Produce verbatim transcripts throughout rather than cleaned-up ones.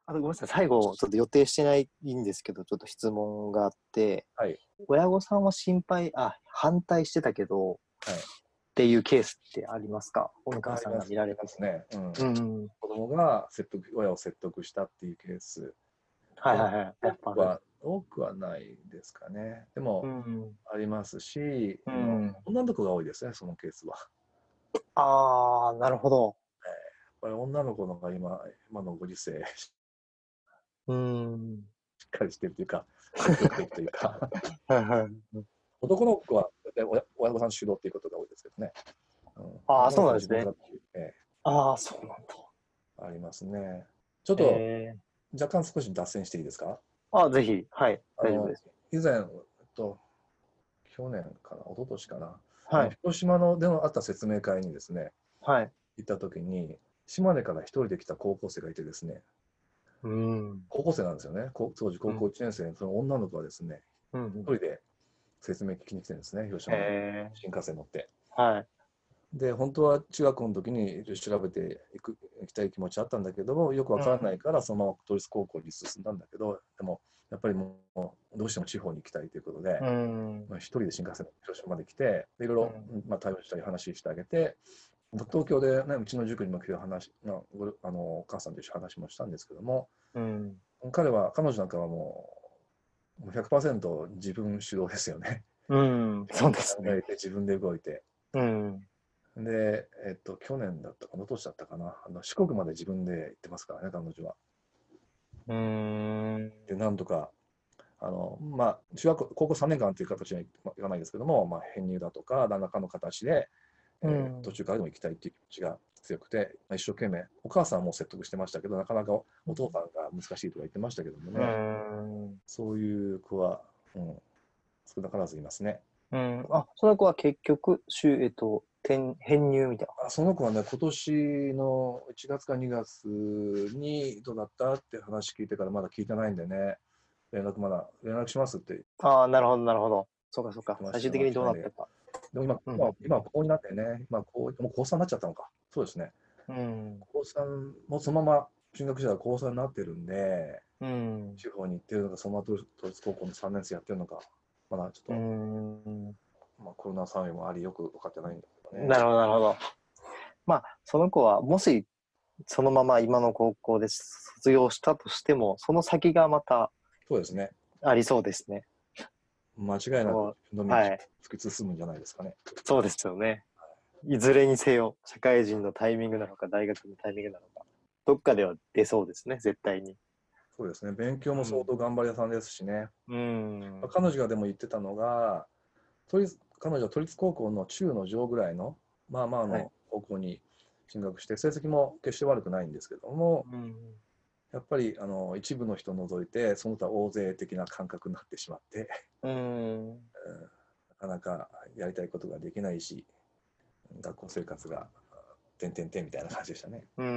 あとごめんなさい、最後、ちょっと予定してないんですけど、ちょっと質問があって、 はい。 親御さんは心配、あ、反対してたけど、 はい。 っていうケースってありますか？お母あります、 さんが見らありれてて。 ますね。うん。 うんうん。 子供が説得、親を説得したっていうケース。でも、 はいはいはい。やっぱある。 多くは、多くはないですかね。でも、 うんうん。 ありますし、あの、 うん。 女の子が多いですね、そのケースは。 ああ、なるほど。 やっぱり女の子の方が今、今のご時世、しうん。 っかりしてるというか、積極的というか、 はいはい。 男の子は大体親親御さん主導っていうことが多いですけどね。うん、 ああ、 女の子は自分かそうなんですね。 らっていう、えああ、そうなんだ。 え、ありますね。ちょっとええ。 若干少し脱線していいですか？ あ、ぜひ、はい、 あの、 大丈夫です。 以前、えっと、去年かな、一昨年かな、あの、 はい、 広島のでのあった説明会にですね、 はい。 行った時に、島根から一人で来た高校生がいてですね、 うん。 高校生なんですよね。こ当時高うん。 校いちねん生のその女の子はですね、 うんうん。 一人で説明聞きに来てるんですね、広へ島にえ。 新幹線乗って。 はい。 で、本当は中学校の時に調べていく行きたい気持ちあったんだけども、よくわからないから、その都立高校に進んだんだけど、でも、やっぱりもう、どうしても地方に行きたいということで、 うん。うん。 まあ、一人で新幹線で広島まで来て、でいろいろ、 うん。 まあ、対応したり話してあげて、東京で、ね、うちの塾にも来て話、まあ、ごあのお母さんと一緒に話もしたんですけども、 うん。 彼は、彼女なんかはもう、もうひゃくパーセント自分主導ですよね。 うん。 自分でそうですね。 考えて、自分で動いて。 うん。 で、えっと、去年だったか、一昨年だったかな、あの四国まで自分で行ってますからね、彼女は。 うーん。 で、なんとか、あの、まあ、中学校、高校さんねんかんという形にはいかないですけども、まあ、編入だとか、何らかの形で、えー途うん。 中からでも行きたいっていう気持ちが強くて、まあ、一生懸命、お母さんはもう説得してましたけど、なかなかお父さんが難しいとか言ってましたけどもうね、 ん。 そういう子は、うん、少なからずいますね。 うん。あ、その子は結局、しゅ、えっと、転、編入みたいなあ、 感じ。 その子はね、今年のいちがつかにがつにどうだったって話聞いてからまだ聞いてないんでね、連絡まだ、連絡しますって言っああ、なるほど、なるほど。そうか、そうか。 てましたけど、まだ最終的に来てないんで。 どうなったか。 でも今、 うん。 今、今、ここになってね、今こう、もう高さんになっちゃったのか。そうですね。 うん。 高さん、もうそのまま進学したら高さんになってるんで、 うん。 地方に行ってるのか、その後、統一高校のさんねん生やってるのか、まだちうょっん。 と、まあ、コロナ騒ぎもあり、よく分かってないんだけどね。 なるほど、なるほど。まあ、その子は、もし、そのまま今の高校で卒業したとしても、その先がまたそうですね。 ありそうですね。 間違いなくそう、 自分の道はい。 突き進むんじゃないですかね。 そうですよね。いずれにせよ、社会人のタイミングなのか、大学のタイミングなのか、どっかでは出そうですね、絶対に。 そうですね。勉強も相うん。 当頑張り屋さんですしね。 うん。 まあ彼女がでも言ってたのが、都立彼女は都立高校の中の上ぐらいの、まあまあはい。 の高校に進学して、成績も決して悪くないんですけども、 うん。 やっぱりあの一部の人を除いて、その他大勢的な感覚になってしまって、 うん。 うんなかなかやりたいことができないし、学校生活が点々点みたいな感じでしたね。 うん。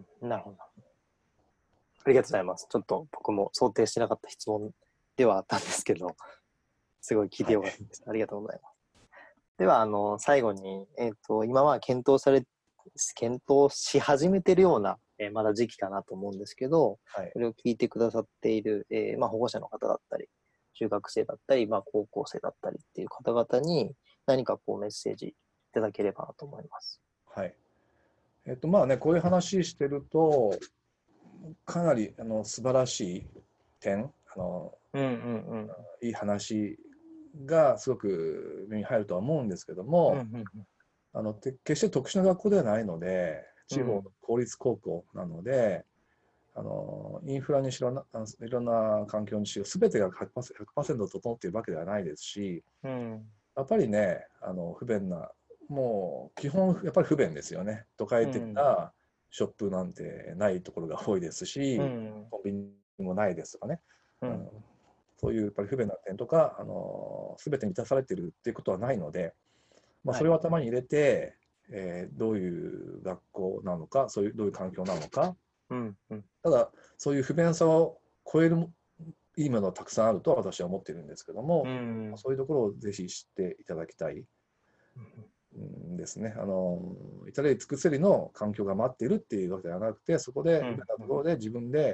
なるほど。ありがとうございます。ちょっと僕も想定してなかった質問ではあったんですけど、すごい聞いてはい。 よかったです。ありがとうございます。では、あの、最後に、えっと、今は検討され、検討し始めているような、えーまだ時期かなと思うんですけど、 はい。 それを聞いてくださっている、えーまあ、保護者の方だったり、中学生だったり、まあ、高校生だったりっていう方々に何かこうメッセージいただければなと思います。 はい。えっと、まあね、こういう話してると、かなりあの素晴らしい点、あのうんうんうん。 いい話がすごく目に入るとは思うんですけどうんうも、 んあのて決して特殊な学校ではないので、地方のうん。 公立高校なので、あのインフラにしろな、あのいろんな環境にしろ、すべてがひゃくパーセント、ひゃくパーセント整っているわけではないですし、 うん。 やっぱりね、あの不便な、もう基本、やっぱり不便ですよね。都会的うん。 なショップなんてないところが多いですうし、 ん。 コンビニもないですとかね。うん、 うん。 そういうやっぱり不便な点とか、あの全て満たされているっていうことはないので、まあ、 はい。 それを頭に入れて、えーどういう学校なのか、そういうどういう環境なのか、 うんうん。 ただ、そういう不便さを超えるいいものはたくさんあるとは私は思っているんですけどうも、 ん。 そういうところをぜひ知っていただきたいんですね。あの至れり尽くせりの環境が待っているっていうわけではなくて、そこで不便うん。うん。 なところで自分で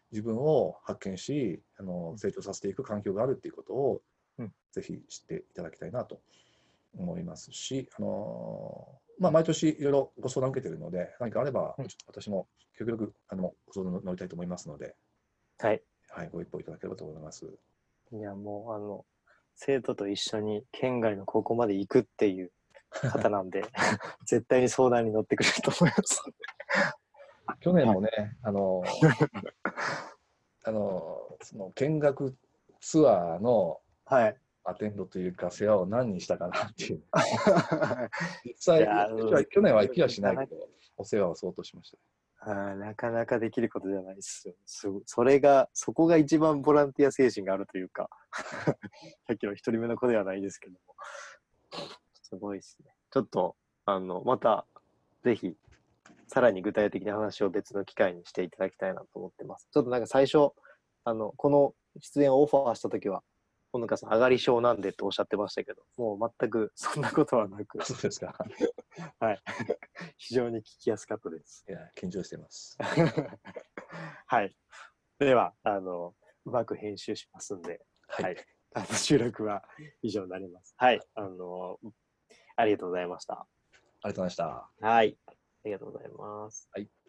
自分を発見し、あの成長させていく環境があるっていうことを、 うん、 ぜひ知っていただきたいなと思いますし、あのまあ、毎年いろいろご相談を受けているので、何かあれば、 うん、 私も極力あのご相談に乗りたいと思いますので、 はい。 はい、ご一報いただければと思います。 いや、もう、あの、生徒と一緒に県外の高校まで行くっていう方なんで、絶対に相談に乗ってくれると思います。 去年もね、あの、あの、その見学ツアーのはい。 アテンドというか、世話を何人したかなっていう。実い際、 やー、 去年は行きはしないなけど、お世話は相当しました。 あーなかなかできることじゃないですよ。すそれが、そこが一番ボランティア精神があるというか、さっきの一人目の子ではないですけども、すごいですね。ちょっと、あの、また、ぜひ、さらに具体的な話を別の機会にしていただきたいなと思ってます。ちょっとなんか最初、あの、この出演をオファーしたときは、ほのかさん上がり症なんでとおっしゃってましたけど、もう全くそんなことはなく、 そうですか。 はい。非常に聞きやすかったです。 いや、緊張しています。 はい。では、あの、うまく編集しますんで、 はい。 はい。あの収録は以上になります。はい。あの、ありがとうございました。 ありがとうございました。 はい。ありがとうございます。 はい。